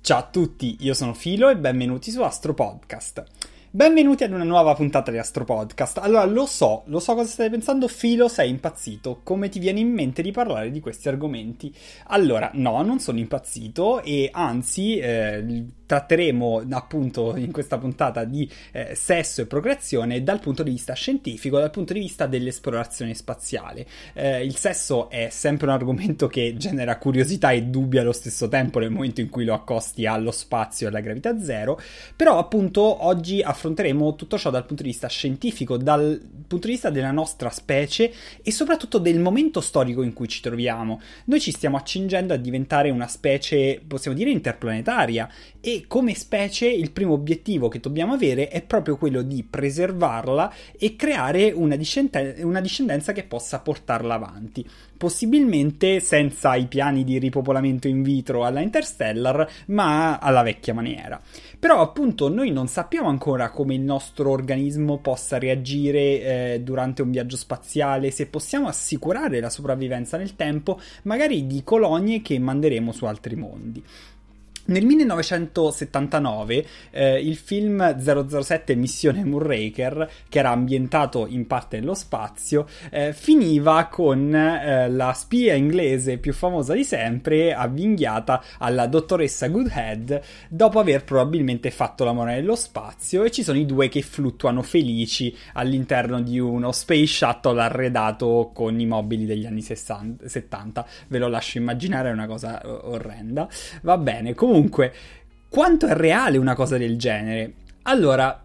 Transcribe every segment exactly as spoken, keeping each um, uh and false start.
Ciao a tutti, io sono Filo e benvenuti su Astro Podcast. Benvenuti ad una nuova puntata di Astro Podcast. Allora, lo so, lo so cosa stai pensando, Filo, sei impazzito. Come ti viene in mente di parlare di questi argomenti? Allora, no, non sono impazzito e anzi, eh, tratteremo appunto in questa puntata di eh, sesso e procreazione dal punto di vista scientifico, dal punto di vista dell'esplorazione spaziale. Eh, il sesso è sempre un argomento che genera curiosità e dubbi allo stesso tempo nel momento in cui lo accosti allo spazio e alla gravità zero, però appunto oggi affronteremo tutto ciò dal punto di vista scientifico, dal punto di vista della nostra specie e soprattutto del momento storico in cui ci troviamo. Noi ci stiamo accingendo a diventare una specie, possiamo dire, interplanetaria, e come specie il primo obiettivo che dobbiamo avere è proprio quello di preservarla e creare una, discenden- una discendenza che possa portarla avanti, possibilmente senza i piani di ripopolamento in vitro alla Interstellar, ma alla vecchia maniera. Però appunto noi non sappiamo ancora come il nostro organismo possa reagire eh, durante un viaggio spaziale, se possiamo assicurare la sopravvivenza nel tempo, magari di colonie che manderemo su altri mondi. Nel millenovecentosettantanove eh, il film zero zero sette Missione Moonraker, che era ambientato in parte nello spazio, eh, finiva con eh, la spia inglese più famosa di sempre avvinghiata alla dottoressa Goodhead dopo aver probabilmente fatto l'amore nello spazio, e ci sono i due che fluttuano felici all'interno di uno space shuttle arredato con i mobili degli anni sessanta, settanta. Ve lo lascio immaginare, è una cosa orrenda. Va bene, comunque Comunque, quanto è reale una cosa del genere? Allora,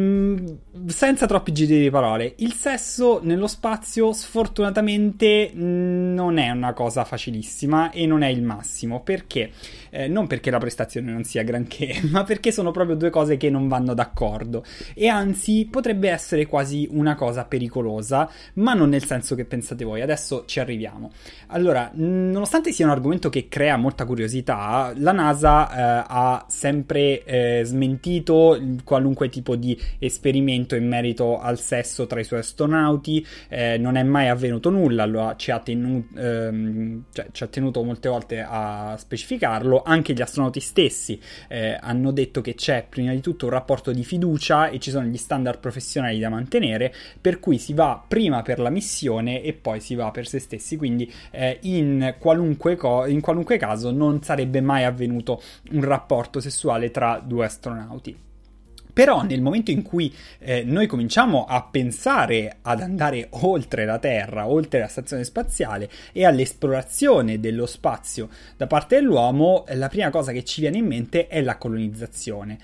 mh, senza troppi giri di parole, il sesso nello spazio sfortunatamente mh, non è una cosa facilissima e non è il massimo. Perché? Eh, non perché la prestazione non sia granché, ma perché sono proprio due cose che non vanno d'accordo, e anzi potrebbe essere quasi una cosa pericolosa, ma non nel senso che pensate voi. Adesso ci arriviamo. Allora, nonostante sia un argomento che crea molta curiosità, la NASA eh, ha sempre eh, smentito qualunque tipo di esperimento in merito al sesso tra i suoi astronauti. Eh, non è mai avvenuto nulla, lo ha, ci, ha tenu- ehm, cioè, ci ha tenuto molte volte a specificarlo. Anche gli astronauti stessi eh, hanno detto che c'è prima di tutto un rapporto di fiducia e ci sono gli standard professionali da mantenere, per cui si va prima per la missione e poi si va per se stessi. Quindi eh, in, qualunque co- in qualunque caso non sarebbe mai avvenuto un rapporto sessuale tra due astronauti. Però nel momento in cui eh, noi cominciamo a pensare ad andare oltre la Terra, oltre la stazione spaziale e all'esplorazione dello spazio da parte dell'uomo, la prima cosa che ci viene in mente è la colonizzazione.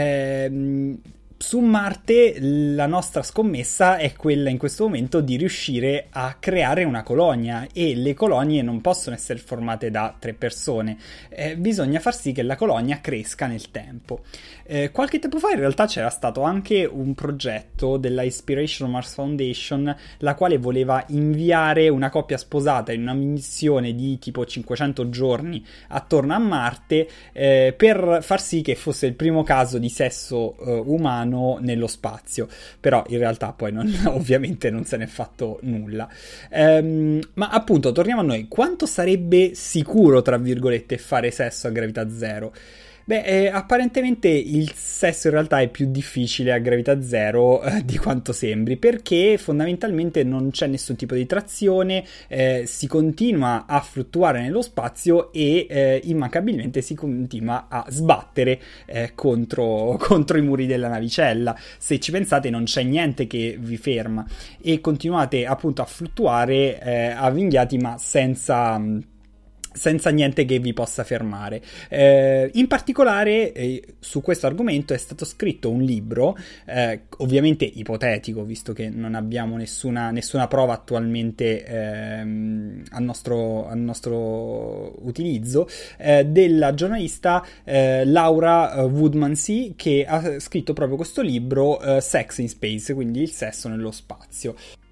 Ehm... Su Marte la nostra scommessa è quella in questo momento di riuscire a creare una colonia, e le colonie non possono essere formate da tre persone, eh, bisogna far sì che la colonia cresca nel tempo. Eh, qualche tempo fa in realtà c'era stato anche un progetto della Inspiration Mars Foundation, la quale voleva inviare una coppia sposata in una missione di tipo cinquecento giorni attorno a Marte eh, per far sì che fosse il primo caso di sesso eh, umano nello spazio. Però in realtà poi non, ovviamente non se n'è fatto nulla. Ehm, ma appunto, torniamo a noi. Quanto sarebbe sicuro, tra virgolette, fare sesso a gravità zero? Beh, eh, apparentemente il sesso in realtà è più difficile a gravità zero eh, di quanto sembri, perché fondamentalmente non c'è nessun tipo di trazione, eh, si continua a fluttuare nello spazio e eh, immancabilmente si continua a sbattere eh, contro, contro i muri della navicella. Se ci pensate, non c'è niente che vi ferma e continuate appunto a fluttuare eh, avvinghiati, ma senza... senza niente che vi possa fermare. Eh, in particolare eh, su questo argomento è stato scritto un libro, eh, ovviamente ipotetico, visto che non abbiamo nessuna, nessuna prova attualmente ehm, al, nostro, al nostro utilizzo, eh, della giornalista eh, Laura Woodmansee, che ha scritto proprio questo libro, eh, Sex in Space, quindi il sesso nello spazio.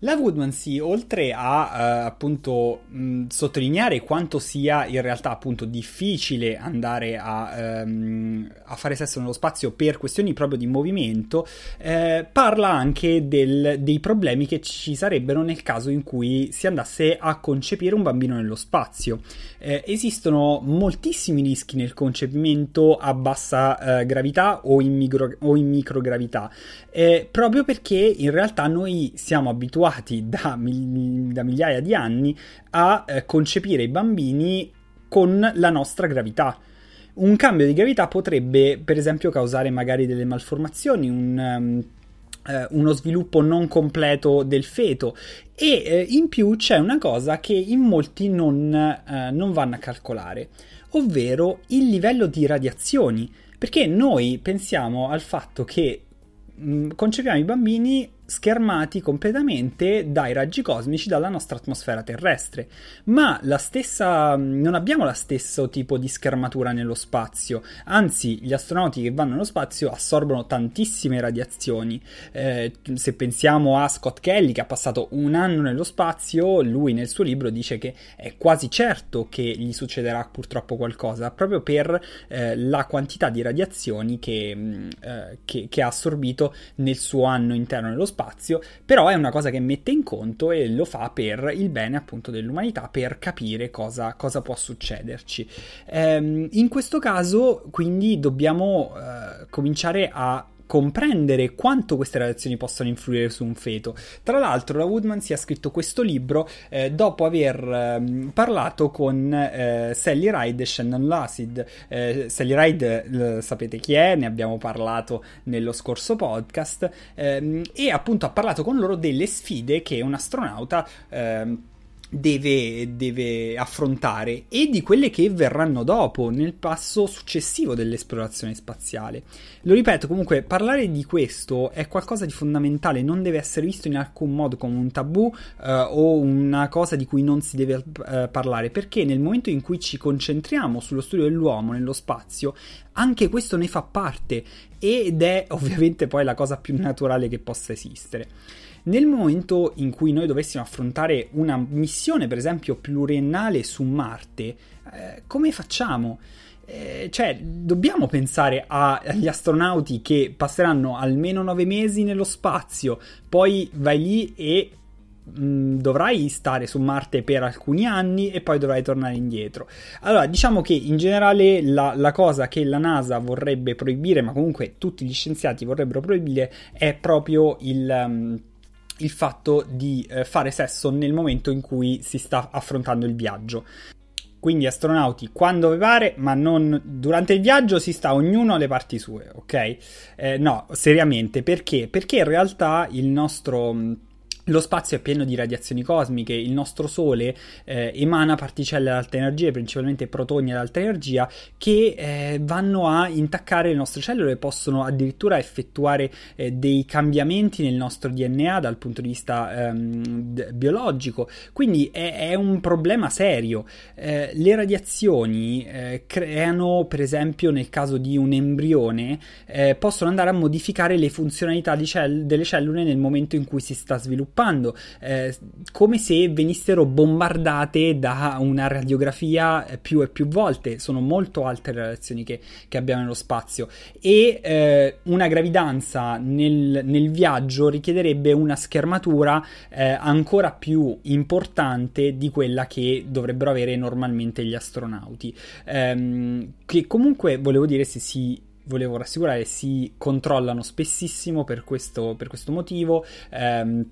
La Woodmansee, oltre a eh, appunto mh, sottolineare quanto sia in realtà appunto difficile andare a, ehm, a fare sesso nello spazio per questioni proprio di movimento, eh, parla anche del, dei problemi che ci sarebbero nel caso in cui si andasse a concepire un bambino nello spazio. Eh, esistono moltissimi rischi nel concepimento a bassa eh, gravità o in, micro, o in microgravità, eh, proprio perché in realtà noi siamo abituati Da, da migliaia di anni a eh, concepire i bambini con la nostra gravità. Un cambio di gravità potrebbe, per esempio, causare magari delle malformazioni, un, um, eh, uno sviluppo non completo del feto. E eh, in più c'è una cosa che in molti non, eh, non vanno a calcolare, ovvero il livello di radiazioni. Perché noi pensiamo al fatto che mh, concepiamo i bambini schermati completamente dai raggi cosmici dalla nostra atmosfera terrestre, ma la stessa non abbiamo lo stesso tipo di schermatura nello spazio, anzi gli astronauti che vanno nello spazio assorbono tantissime radiazioni. Eh, se pensiamo a Scott Kelly, che ha passato un anno nello spazio, lui nel suo libro dice che è quasi certo che gli succederà purtroppo qualcosa proprio per eh, la quantità di radiazioni che, eh, che, che ha assorbito nel suo anno interno nello spazio. spazio, però è una cosa che mette in conto e lo fa per il bene appunto dell'umanità, per capire cosa, cosa può succederci. Ehm, in questo caso quindi dobbiamo eh, cominciare a comprendere quanto queste radiazioni possono influire su un feto. Tra l'altro la Woodmansee ha scritto questo libro eh, dopo aver eh, parlato con eh, Sally Ride e Shannon Lucid. eh, Sally Ride eh, sapete chi è, ne abbiamo parlato nello scorso podcast, ehm, e appunto ha parlato con loro delle sfide che un astronauta ehm, Deve, deve affrontare e di quelle che verranno dopo nel passo successivo dell'esplorazione spaziale. Lo ripeto, comunque parlare di questo è qualcosa di fondamentale, non deve essere visto in alcun modo come un tabù eh, o una cosa di cui non si deve eh, parlare, perché nel momento in cui ci concentriamo sullo studio dell'uomo nello spazio, anche questo ne fa parte ed è ovviamente poi la cosa più naturale che possa esistere. Nel momento in cui noi dovessimo affrontare una missione, per esempio, pluriennale su Marte, eh, come facciamo? Eh, cioè, dobbiamo pensare a, agli astronauti che passeranno almeno nove mesi nello spazio, poi vai lì e mh, dovrai stare su Marte per alcuni anni e poi dovrai tornare indietro. Allora, diciamo che in generale la, la cosa che la NASA vorrebbe proibire, ma comunque tutti gli scienziati vorrebbero proibire, è proprio il... Um, il fatto di eh, fare sesso nel momento in cui si sta affrontando il viaggio. Quindi astronauti, quando vi pare, ma non durante il viaggio, si sta ognuno alle parti sue, ok? Eh, no, seriamente, perché? Perché in realtà il nostro... Lo spazio è pieno di radiazioni cosmiche, il nostro Sole eh, emana particelle ad alta energia, principalmente protoni ad alta energia, che eh, vanno a intaccare le nostre cellule e possono addirittura effettuare eh, dei cambiamenti nel nostro D N A dal punto di vista ehm, d- biologico. Quindi è, è un problema serio. Eh, le radiazioni eh, creano, per esempio, nel caso di un embrione, eh, possono andare a modificare le funzionalità di cell- delle cellule nel momento in cui si sta sviluppando. Eh, come se venissero bombardate da una radiografia più e più volte. Sono molto alte le radiazioni che, che abbiamo nello spazio e eh, una gravidanza nel, nel viaggio richiederebbe una schermatura eh, ancora più importante di quella che dovrebbero avere normalmente gli astronauti, ehm, che comunque volevo dire se si volevo rassicurare si controllano spessissimo per questo, per questo motivo. ehm,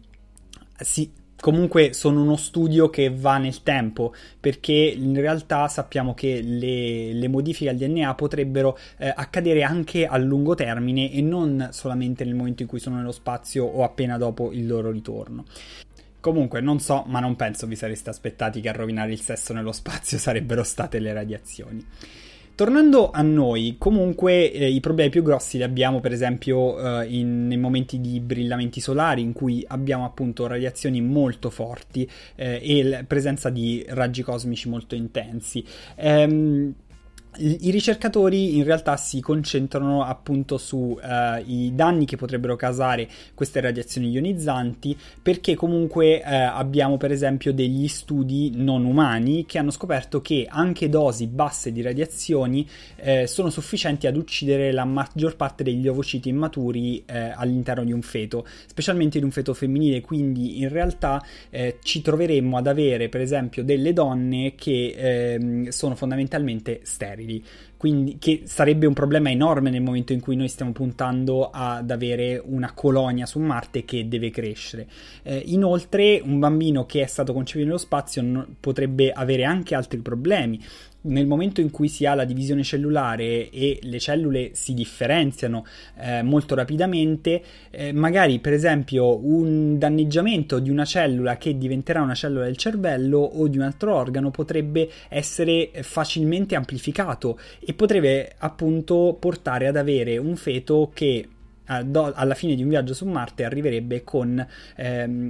Sì, comunque sono uno studio che va nel tempo, perché in realtà sappiamo che le, le modifiche al D N A potrebbero eh, accadere anche a lungo termine e non solamente nel momento in cui sono nello spazio o appena dopo il loro ritorno. Comunque non so, ma non penso vi sareste aspettati che a rovinare il sesso nello spazio sarebbero state le radiazioni. Tornando a noi, comunque eh, i problemi più grossi li abbiamo per esempio eh, in, nei momenti di brillamenti solari, in cui abbiamo appunto radiazioni molto forti eh, e la presenza di raggi cosmici molto intensi. Ehm, I ricercatori in realtà si concentrano appunto sui uh, danni che potrebbero causare queste radiazioni ionizzanti, perché comunque uh, abbiamo per esempio degli studi non umani che hanno scoperto che anche dosi basse di radiazioni uh, sono sufficienti ad uccidere la maggior parte degli ovociti immaturi uh, all'interno di un feto, specialmente in un feto femminile. Quindi in realtà uh, ci troveremmo ad avere per esempio delle donne che uh, sono fondamentalmente sterili. Quindi, che sarebbe un problema enorme nel momento in cui noi stiamo puntando ad avere una colonia su Marte che deve crescere. Eh, inoltre, un bambino che è stato concepito nello spazio non, potrebbe avere anche altri problemi. Nel momento in cui si ha la divisione cellulare e le cellule si differenziano eh, molto rapidamente, eh, magari per esempio un danneggiamento di una cellula che diventerà una cellula del cervello o di un altro organo potrebbe essere facilmente amplificato e potrebbe appunto portare ad avere un feto che eh, do, alla fine di un viaggio su Marte arriverebbe con ehm,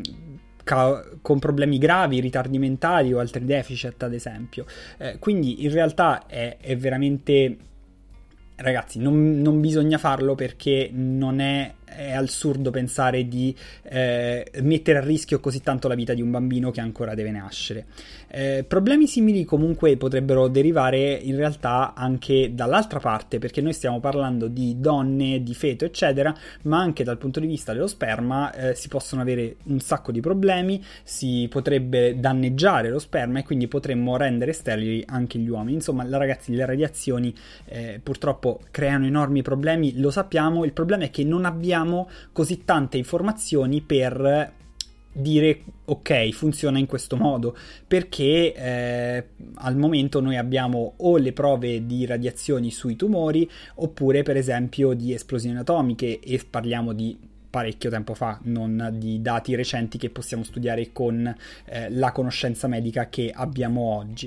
con problemi gravi, ritardi mentali o altri deficit ad esempio. Eh, quindi in realtà è, è veramente, ragazzi, non, non bisogna farlo, perché non è, è assurdo pensare di eh, mettere a rischio così tanto la vita di un bambino che ancora deve nascere. Eh, problemi simili comunque potrebbero derivare in realtà anche dall'altra parte, perché noi stiamo parlando di donne, di feto eccetera, ma anche dal punto di vista dello sperma eh, si possono avere un sacco di problemi, si potrebbe danneggiare lo sperma e quindi potremmo rendere sterili anche gli uomini. Insomma, ragazzi, le radiazioni eh, purtroppo creano enormi problemi, lo sappiamo. Il problema è che non abbiamo così tante informazioni per dire ok, funziona in questo modo, perché eh, al momento noi abbiamo o le prove di radiazioni sui tumori oppure per esempio di esplosioni atomiche, e parliamo di parecchio tempo fa, non di dati recenti che possiamo studiare con eh, la conoscenza medica che abbiamo oggi.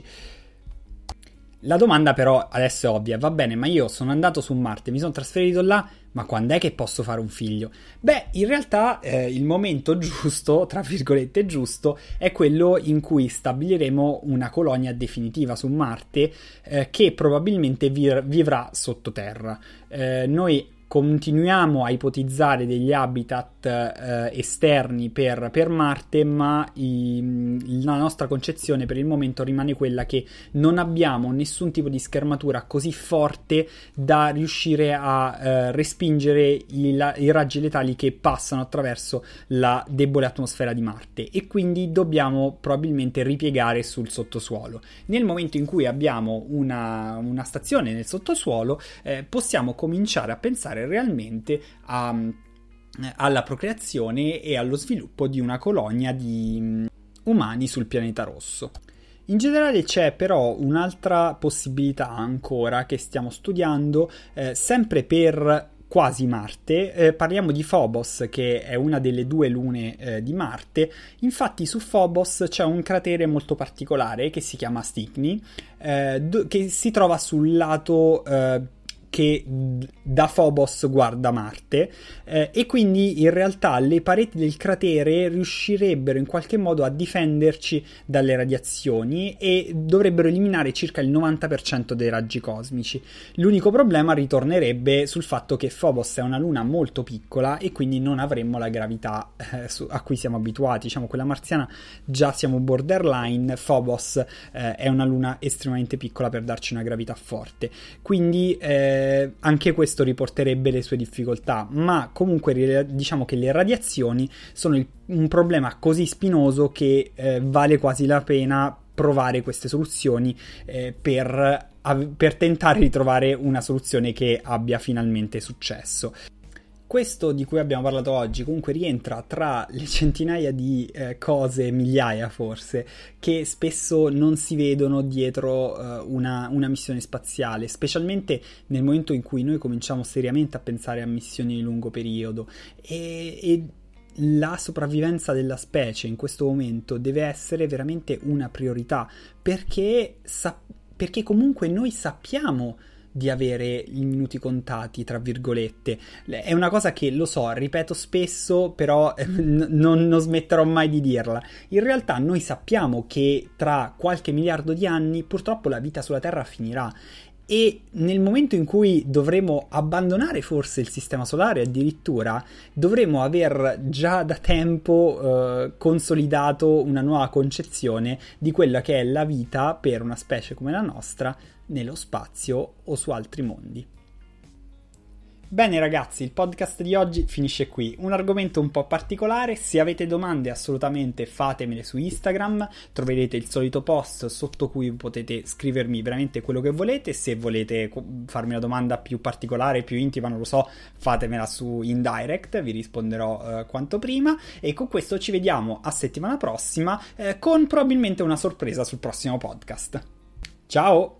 La domanda però adesso è ovvia: va bene, ma io sono andato su Marte, mi sono trasferito là, ma quando è che posso fare un figlio? Beh, in realtà eh, il momento giusto, tra virgolette giusto, è quello in cui stabiliremo una colonia definitiva su Marte eh, che probabilmente vi- vivrà sottoterra. Eh, noi continuiamo a ipotizzare degli habitat eh, esterni per, per Marte, ma i, la nostra concezione per il momento rimane quella che non abbiamo nessun tipo di schermatura così forte da riuscire a eh, respingere i, la, i raggi letali che passano attraverso la debole atmosfera di Marte, e quindi dobbiamo probabilmente ripiegare sul sottosuolo. Nel momento in cui abbiamo una, una stazione nel sottosuolo eh, possiamo cominciare a pensare realmente a, alla procreazione e allo sviluppo di una colonia di umani sul pianeta rosso. In generale c'è però un'altra possibilità ancora che stiamo studiando, eh, sempre per quasi Marte. Eh, parliamo di Phobos, che è una delle due lune eh, di Marte. Infatti su Phobos c'è un cratere molto particolare che si chiama Stickney, eh, do- che si trova sul lato eh, che da Phobos guarda Marte, eh, e quindi in realtà le pareti del cratere riuscirebbero in qualche modo a difenderci dalle radiazioni e dovrebbero eliminare circa il novanta per cento dei raggi cosmici. L'unico problema ritornerebbe sul fatto che Phobos è una luna molto piccola e quindi non avremmo la gravità eh, su, a cui siamo abituati. Diciamo, quella marziana già siamo borderline, Phobos eh, è una luna estremamente piccola per darci una gravità forte, quindi eh, anche questo riporterebbe le sue difficoltà, ma comunque diciamo che le radiazioni sono il, un problema così spinoso che eh, vale quasi la pena provare queste soluzioni eh, per, per tentare di trovare una soluzione che abbia finalmente successo. Questo di cui abbiamo parlato oggi comunque rientra tra le centinaia di eh, cose, migliaia forse, che spesso non si vedono dietro eh, una, una missione spaziale, specialmente nel momento in cui noi cominciamo seriamente a pensare a missioni di lungo periodo, e, e la sopravvivenza della specie in questo momento deve essere veramente una priorità, perché, sa- perché comunque noi sappiamo di avere i minuti contati, tra virgolette. È una cosa che, lo so, ripeto spesso, però n- non, non smetterò mai di dirla. In realtà noi sappiamo che tra qualche miliardo di anni purtroppo la vita sulla Terra finirà, e nel momento in cui dovremo abbandonare forse il sistema solare, addirittura dovremo aver già da tempo eh, consolidato una nuova concezione di quella che è la vita per una specie come la nostra nello spazio o su altri mondi. Bene ragazzi, il podcast di oggi finisce qui. Un argomento un po' particolare. Se avete domande assolutamente fatemele su Instagram, troverete il solito post sotto cui potete scrivermi veramente quello che volete. Se volete farmi una domanda più particolare, più intima, non lo so, fatemela su in direct, vi risponderò eh, quanto prima. E con questo ci vediamo a settimana prossima eh, con probabilmente una sorpresa sul prossimo podcast. Ciao!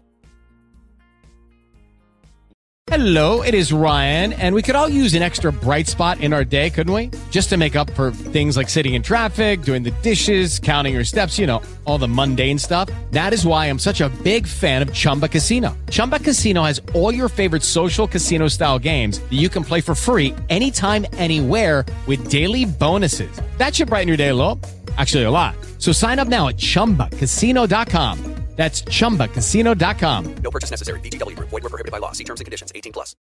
Hello, it is Ryan, and we could all use an extra bright spot in our day, couldn't we? Just to make up for things like sitting in traffic, doing the dishes, counting your steps, you know, all the mundane stuff. That is why I'm such a big fan of Chumba Casino. Chumba Casino has all your favorite social casino-style games that you can play for free anytime, anywhere with daily bonuses. That should brighten your day a little. Actually, a lot. So sign up now at chumba casino dot com. That's chumba casino dot com. No purchase necessary. V G W Group. Void where prohibited by law. See terms and conditions. eighteen plus.